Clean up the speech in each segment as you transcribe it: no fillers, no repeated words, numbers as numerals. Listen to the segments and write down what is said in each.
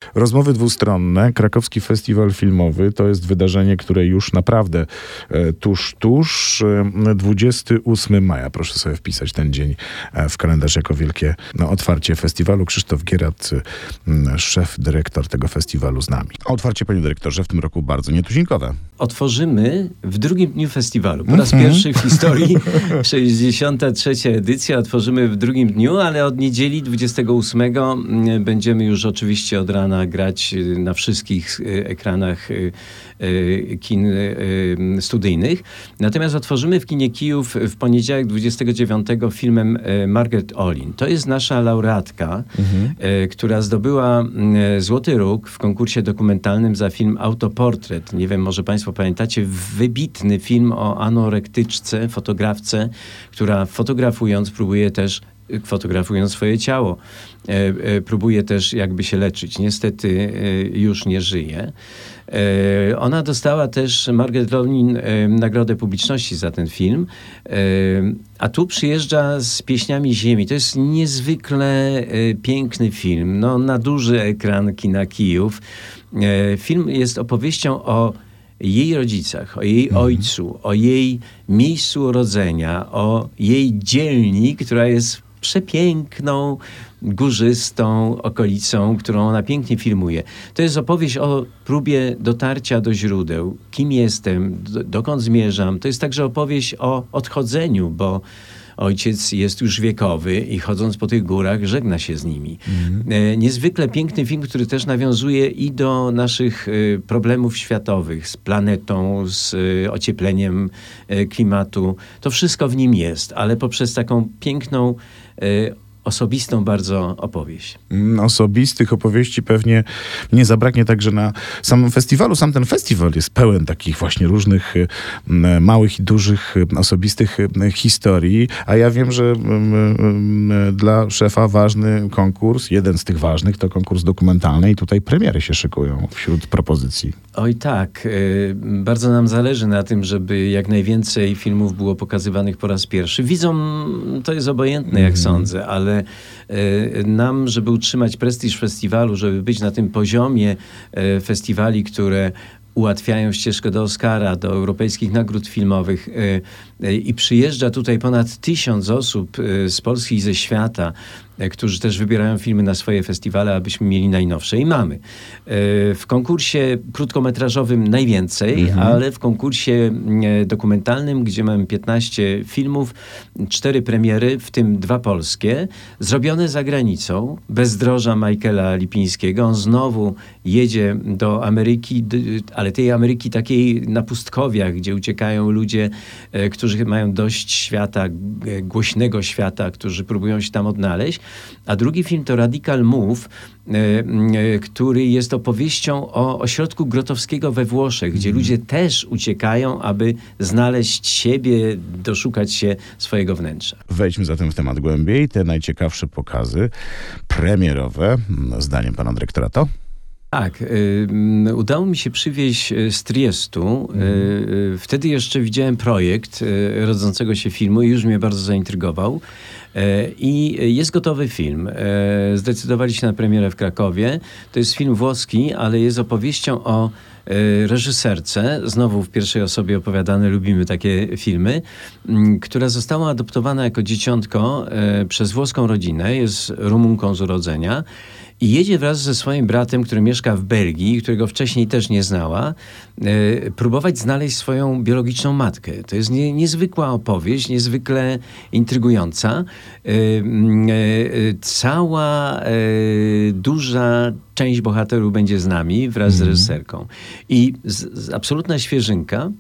Rozmowy dwustronne, Krakowski Festiwal Filmowy to jest wydarzenie, które już naprawdę tuż. 28 maja, proszę sobie wpisać ten dzień w kalendarz jako wielkie otwarcie festiwalu. Krzysztof Gierat, szef, dyrektor tego festiwalu z nami. Otwarcie, panie dyrektorze, w tym roku bardzo nietuzinkowe. Otworzymy w drugim dniu festiwalu. Po raz pierwszy w historii 63. edycja otworzymy w drugim dniu, ale od niedzieli 28 będziemy już oczywiście od rana grać na wszystkich ekranach kin studyjnych. Natomiast otworzymy w kinie Kijów w poniedziałek 29 filmem Margaret Olin. To jest nasza laureatka, która zdobyła Złoty Róg w konkursie dokumentalnym za film Autoportret. Nie wiem, może państwo pamiętacie, wybitny film o anorektyczce, fotografce, która fotografując swoje ciało, próbuje też jakby się leczyć. Niestety już nie żyje. Ona dostała też, Margaret Olin, Nagrodę Publiczności za ten film, a tu przyjeżdża z Pieśniami Ziemi. To jest niezwykle piękny film, na duży ekran kina Kijów. Film jest opowieścią o jej rodzicach, o jej ojcu, o jej miejscu urodzenia, o jej dzielni, która jest przepiękną, górzystą okolicą, którą ona pięknie filmuje. To jest opowieść o próbie dotarcia do źródeł. Kim jestem, dokąd zmierzam. To jest także opowieść o odchodzeniu, bo ojciec jest już wiekowy i chodząc po tych górach żegna się z nimi. Niezwykle piękny film, który też nawiązuje i do naszych problemów światowych z planetą, z ociepleniem klimatu. To wszystko w nim jest, ale poprzez taką piękną osobistą bardzo opowieść. Osobistych opowieści pewnie nie zabraknie także na samym festiwalu. Sam ten festiwal jest pełen takich właśnie różnych małych i dużych osobistych historii, a ja wiem, że dla szefa ważny konkurs, jeden z tych ważnych, to konkurs dokumentalny i tutaj premiery się szykują wśród propozycji. Oj tak, bardzo nam zależy na tym, żeby jak najwięcej filmów było pokazywanych po raz pierwszy. Widzom to jest obojętne, jak sądzę, ale nam, żeby utrzymać prestiż festiwalu, żeby być na tym poziomie festiwali, które ułatwiają ścieżkę do Oscara, do europejskich nagród filmowych i przyjeżdża tutaj ponad 1000 osób z Polski i ze świata, którzy też wybierają filmy na swoje festiwale, abyśmy mieli najnowsze. I mamy. W konkursie krótkometrażowym najwięcej, ale w konkursie dokumentalnym, gdzie mamy 15 filmów, 4 premiery, w tym 2 polskie, zrobione za granicą, Bezdroża Michaela Lipińskiego. On znowu jedzie do Ameryki, ale tej Ameryki takiej na pustkowiach, gdzie uciekają ludzie, którzy mają dość świata, głośnego świata, którzy próbują się tam odnaleźć. A drugi film to Radical Move, który jest opowieścią o ośrodku Grotowskiego we Włoszech, gdzie ludzie też uciekają, aby znaleźć siebie, doszukać się swojego wnętrza. Wejdźmy zatem w temat głębiej. Te najciekawsze pokazy premierowe, zdaniem pana dyrektora, to? Tak, udało mi się przywieźć z Triestu. Wtedy jeszcze widziałem projekt rodzącego się filmu i już mnie bardzo zaintrygował. I jest gotowy film. Zdecydowali się na premierę w Krakowie. To jest film włoski, ale jest opowieścią o reżyserce, znowu w pierwszej osobie opowiadane, lubimy takie filmy, która została adoptowana jako dzieciątko przez włoską rodzinę, jest Rumunką z urodzenia i jedzie wraz ze swoim bratem, który mieszka w Belgii, którego wcześniej też nie znała, próbować znaleźć swoją biologiczną matkę. To jest niezwykła opowieść, niezwykle intrygująca. Cała duża część bohaterów będzie z nami wraz z reżyserką. I absolutna świeżynka.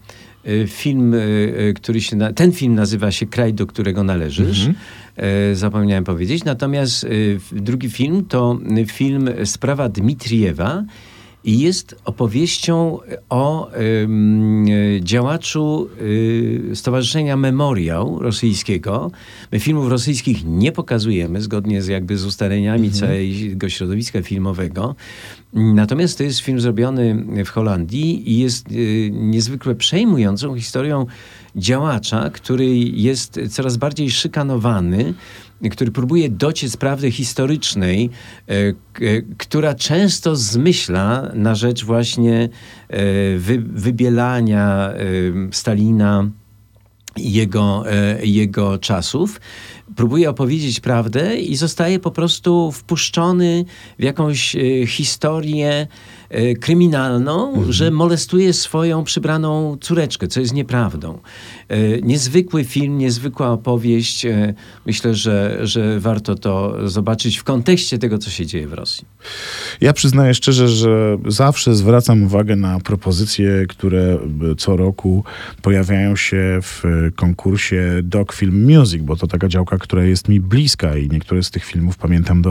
Ten film nazywa się Kraj, do którego należysz. Zapomniałem powiedzieć. Natomiast drugi film to film Sprawa Dmitrijewa i jest opowieścią o działaczu Stowarzyszenia Memoriał rosyjskiego. My filmów rosyjskich nie pokazujemy, zgodnie z ustaleniami całego środowiska filmowego. Natomiast to jest film zrobiony w Holandii i jest niezwykle przejmującą historią działacza, który jest coraz bardziej szykanowany który próbuje dociec prawdy historycznej, która często zmyśla na rzecz właśnie wybielania Stalina i jego czasów, próbuje opowiedzieć prawdę i zostaje po prostu wpuszczony w jakąś historię kryminalną, że molestuje swoją przybraną córeczkę, co jest nieprawdą. Niezwykły film, niezwykła opowieść. Myślę, że warto to zobaczyć w kontekście tego, co się dzieje w Rosji. Ja przyznaję szczerze, że zawsze zwracam uwagę na propozycje, które co roku pojawiają się w konkursie Doc Film Music, bo to taka działka, która jest mi bliska i niektóre z tych filmów pamiętam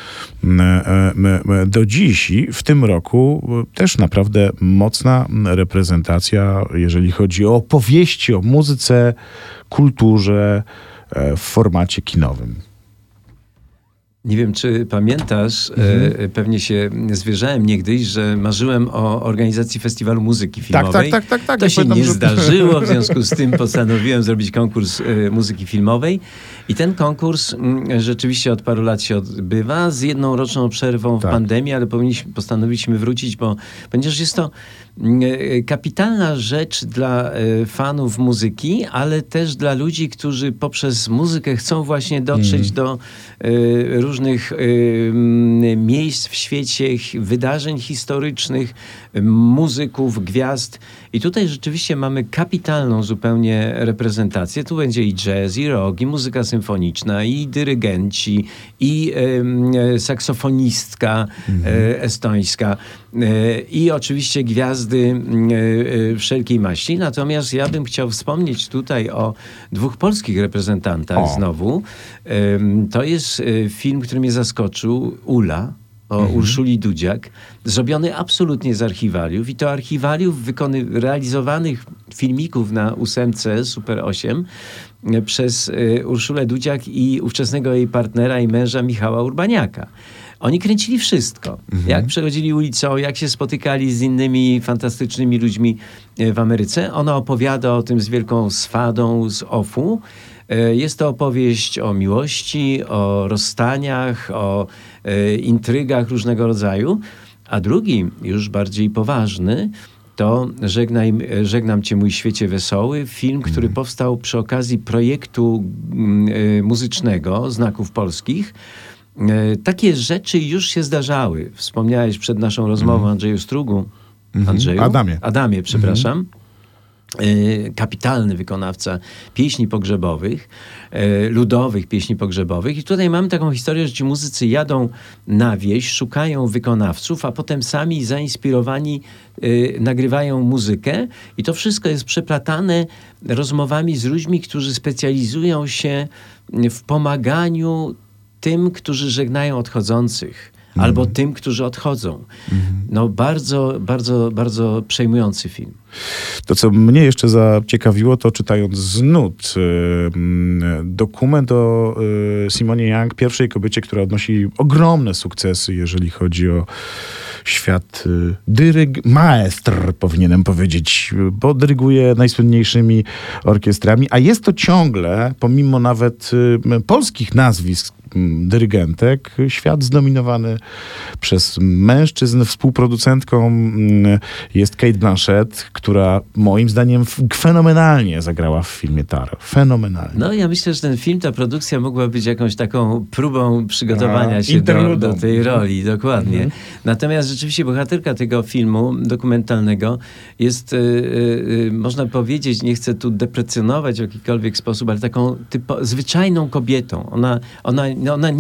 do dziś. I w tym roku też naprawdę mocna reprezentacja, jeżeli chodzi o opowieści o muzyce, kulturze w formacie kinowym. Nie wiem, czy pamiętasz, pewnie się zwierzałem niegdyś, że marzyłem o organizacji Festiwalu Muzyki Filmowej. Tak. To się nie zdarzyło, w związku z tym postanowiłem zrobić konkurs muzyki filmowej. I ten konkurs rzeczywiście od paru lat się odbywa, z jedną roczną przerwą w pandemii, ale postanowiliśmy wrócić, ponieważ jest to kapitalna rzecz dla fanów muzyki, ale też dla ludzi, którzy poprzez muzykę chcą właśnie dotrzeć do różnych miejsc w świecie, wydarzeń historycznych, muzyków, gwiazd. I tutaj rzeczywiście mamy kapitalną zupełnie reprezentację. Tu będzie i jazz, i rock, i muzyka symfoniczna, i dyrygenci, i saksofonistka estońska, i oczywiście gwiazdy wszelkiej maści. Natomiast ja bym chciał wspomnieć tutaj o dwóch polskich reprezentantach znowu. To jest film, który mnie zaskoczył, Ula, o Urszuli Dudziak, zrobiony absolutnie z archiwaliów i to archiwaliów realizowanych filmików na 8 Super 8 przez Urszulę Dudziak i ówczesnego jej partnera i męża Michała Urbaniaka. Oni kręcili wszystko. Jak przechodzili ulicą, jak się spotykali z innymi fantastycznymi ludźmi w Ameryce. Ona opowiada o tym z wielką swadą z OFU. Jest to opowieść o miłości, o rozstaniach, o intrygach różnego rodzaju. A drugi, już bardziej poważny, to Żegnam Cię mój świecie wesoły. Film, który powstał przy okazji projektu muzycznego Znaków Polskich. Takie rzeczy już się zdarzały. Wspomniałeś przed naszą rozmową Andrzeju Strugu. Adamie, przepraszam. Kapitalny wykonawca pieśni pogrzebowych, ludowych pieśni pogrzebowych. I tutaj mamy taką historię, że ci muzycy jadą na wieś, szukają wykonawców, a potem sami zainspirowani nagrywają muzykę i to wszystko jest przeplatane rozmowami z ludźmi, którzy specjalizują się w pomaganiu tym, którzy żegnają odchodzących. Albo tym, którzy odchodzą. No bardzo, bardzo, bardzo przejmujący film. To, co mnie jeszcze zaciekawiło, to czytając z nut dokument o Simonie Young, pierwszej kobiecie, która odnosi ogromne sukcesy, jeżeli chodzi o świat maestr, powinienem powiedzieć, bo dyryguje najsłynniejszymi orkiestrami, a jest to ciągle, pomimo nawet polskich nazwisk dyrygentek, świat zdominowany przez mężczyzn. Współproducentką jest Cate Blanchett, która moim zdaniem fenomenalnie zagrała w filmie Tar. Fenomenalnie. No ja myślę, że ten film, ta produkcja mogła być jakąś taką próbą przygotowania się do tej roli. Dokładnie. Natomiast rzeczywiście bohaterka tego filmu dokumentalnego jest, można powiedzieć, nie chcę tu deprecjonować w jakikolwiek sposób, ale taką zwyczajną kobietą. Ona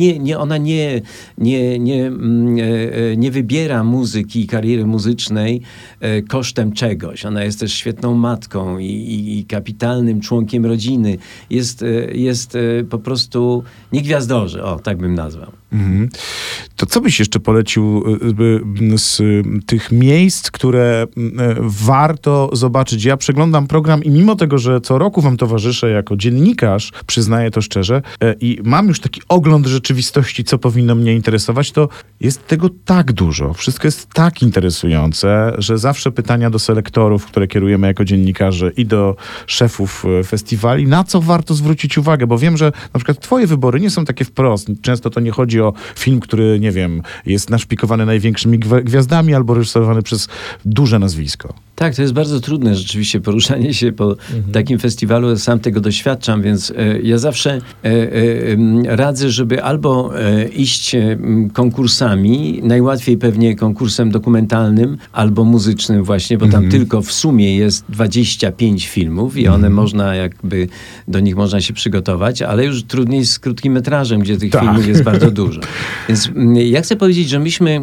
nie wybiera muzyki i kariery muzycznej kosztem czegoś. Ona jest też świetną matką i kapitalnym członkiem rodziny. Jest po prostu nie gwiazdorze. O, tak bym nazwał. To co byś jeszcze polecił z tych miejsc, które warto zobaczyć? Ja przeglądam program i mimo tego, że co roku wam towarzyszę jako dziennikarz, przyznaję to szczerze, i mam już taki ogląd pogląd rzeczywistości, co powinno mnie interesować, to jest tego tak dużo. Wszystko jest tak interesujące, że zawsze pytania do selektorów, które kierujemy jako dziennikarze i do szefów festiwali, na co warto zwrócić uwagę, bo wiem, że na przykład twoje wybory nie są takie wprost. Często to nie chodzi o film, który, nie wiem, jest naszpikowany największymi gwiazdami albo reżyserowany przez duże nazwisko. Tak, to jest bardzo trudne rzeczywiście poruszanie się po takim festiwalu. Sam tego doświadczam, więc ja zawsze radzę, żeby albo iść konkursami, najłatwiej pewnie konkursem dokumentalnym albo muzycznym właśnie, bo tam tylko w sumie jest 25 filmów i one można jakby, do nich można się przygotować, ale już trudniej z krótkim metrażem, gdzie tych filmów jest bardzo dużo. Więc ja chcę powiedzieć, że myśmy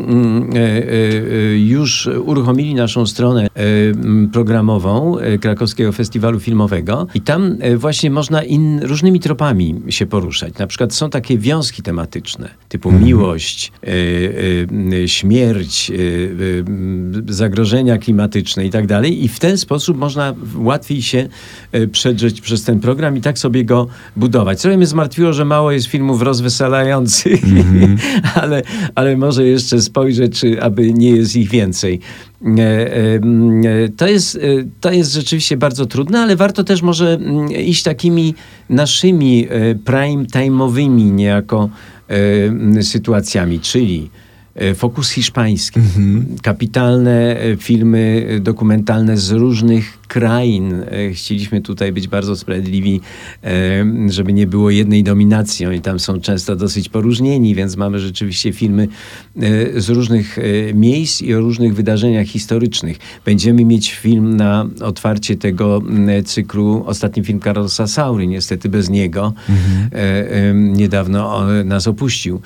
już uruchomili naszą stronę programową Krakowskiego Festiwalu Filmowego i tam właśnie można różnymi tropami się poruszać. Na przykład są takie wiązki tematyczne, typu miłość, śmierć, zagrożenia klimatyczne i tak dalej. I w ten sposób można łatwiej się przedrzeć przez ten program i tak sobie go budować. Trochę mnie zmartwiło, że mało jest filmów rozweselających, ale może jeszcze spojrzeć, czy aby nie jest ich więcej. To jest rzeczywiście bardzo trudne, ale warto też może iść takimi naszymi prime time'owymi niejako sytuacjami, czyli Fokus hiszpański. Kapitalne filmy dokumentalne z różnych krain. Chcieliśmy tutaj być bardzo sprawiedliwi, żeby nie było jednej dominacji. Oni tam są często dosyć poróżnieni, więc mamy rzeczywiście filmy z różnych miejsc i o różnych wydarzeniach historycznych. Będziemy mieć film na otwarcie tego cyklu, ostatni film Carlosa Saury, niestety bez niego. Niedawno nas opuścił.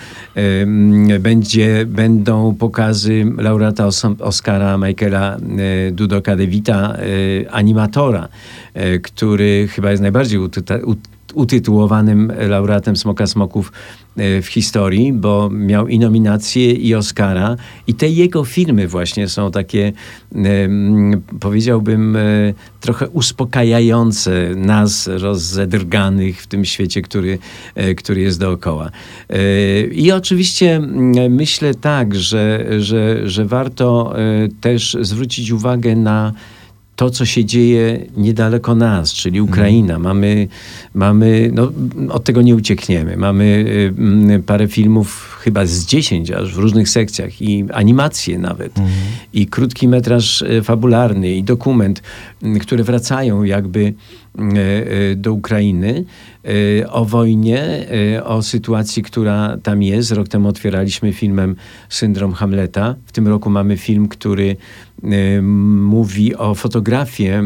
Będą pokazy laureata Oscara Michaela Dudocka DeVita, animatora, który chyba jest najbardziej utytułowanym laureatem Smoka Smoków w historii, bo miał i nominację, i Oscara. I te jego filmy właśnie są takie, powiedziałbym, trochę uspokajające nas, rozzedrganych w tym świecie, który jest dookoła. I oczywiście myślę tak, że warto też zwrócić uwagę na to, co się dzieje niedaleko nas, czyli Ukraina. Mamy no, od tego nie uciekniemy. Mamy parę filmów, chyba z 10 aż w różnych sekcjach i animacje nawet. I krótki metraż fabularny i dokument, które wracają jakby do Ukrainy, o wojnie, o sytuacji, która tam jest. Rok temu otwieraliśmy filmem Syndrom Hamleta. W tym roku mamy film, który mówi o fotografię,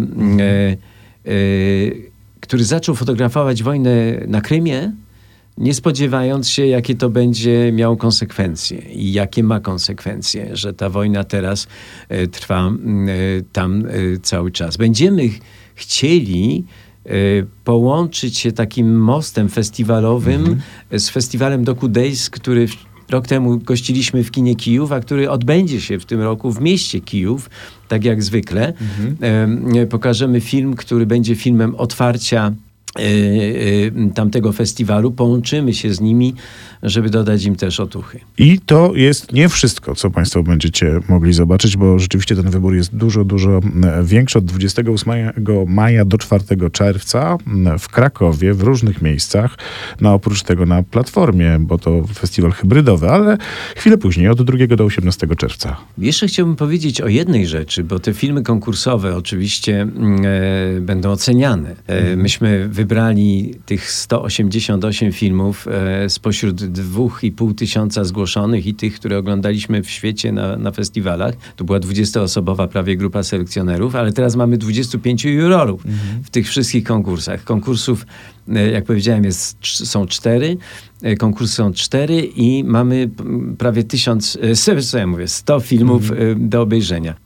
który zaczął fotografować wojnę na Krymie, nie spodziewając się, jakie to będzie miało konsekwencje i jakie ma konsekwencje, że ta wojna teraz trwa tam cały czas. Będziemy chcieli połączyć się takim mostem festiwalowym z festiwalem Doku Days, który rok temu gościliśmy w kinie Kijów, a który odbędzie się w tym roku w mieście Kijów, tak jak zwykle. Pokażemy film, który będzie filmem otwarcia tamtego festiwalu. Połączymy się z nimi, żeby dodać im też otuchy. I to jest nie wszystko, co państwo będziecie mogli zobaczyć, bo rzeczywiście ten wybór jest dużo, dużo większy. Od 28 maja do 4 czerwca w Krakowie, w różnych miejscach. No oprócz tego na Platformie, bo to festiwal hybrydowy, ale chwilę później, od 2 do 18 czerwca. Jeszcze chciałbym powiedzieć o jednej rzeczy, bo te filmy konkursowe oczywiście będą oceniane. Myśmy wybrali tych 188 filmów spośród 2,5 tysiąca zgłoszonych i tych, które oglądaliśmy w świecie na festiwalach. To była 20-osobowa prawie grupa selekcjonerów, ale teraz mamy 25 jurorów w tych wszystkich konkursach. Konkursów, jak powiedziałem, są 4. Konkursy są 4 i mamy prawie 100 filmów do obejrzenia.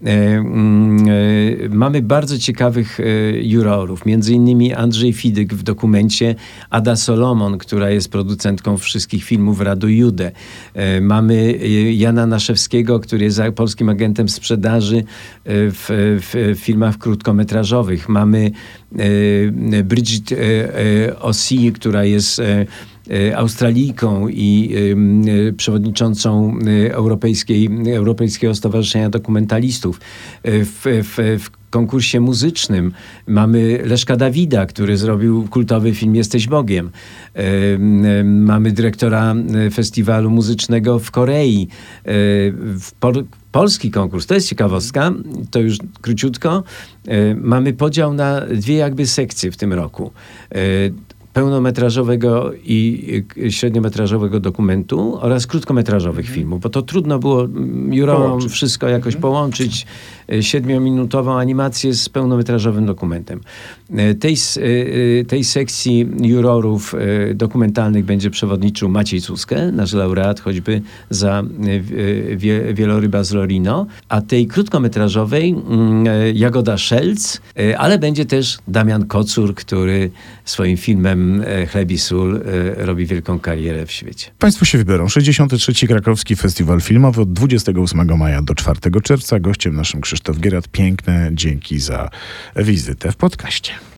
Mamy bardzo ciekawych jurorów, między innymi Andrzej Fidyk w dokumencie, Ada Solomon, która jest producentką wszystkich filmów Radu Jude. Mamy Jana Naszewskiego, który jest polskim agentem sprzedaży w filmach krótkometrażowych. Mamy Bridget Ossi, która jest Australijką i przewodniczącą Europejskiego Stowarzyszenia Dokumentalistów. W konkursie muzycznym mamy Leszka Dawida, który zrobił kultowy film Jesteś Bogiem. Mamy dyrektora festiwalu muzycznego w Korei. Polski konkurs, to jest ciekawostka, to już króciutko. Mamy podział na dwie jakby sekcje w tym roku. Pełnometrażowego i średniometrażowego dokumentu oraz krótkometrażowych filmów, bo to trudno było jurorom wszystko jakoś połączyć, 7-minutową animację z pełnometrażowym dokumentem. Tej sekcji jurorów dokumentalnych będzie przewodniczył Maciej Cuskę, nasz laureat choćby za Wieloryba z Lorino, a tej krótkometrażowej Jagoda Szelc, ale będzie też Damian Kocur, który swoim filmem Chleb i sól robi wielką karierę w świecie. Państwo się wybiorą. 63. Krakowski Festiwal Filmowy od 28 maja do 4 czerwca. Gościem naszym Krzysztof Gierat. Piękne dzięki za wizytę w podcaście.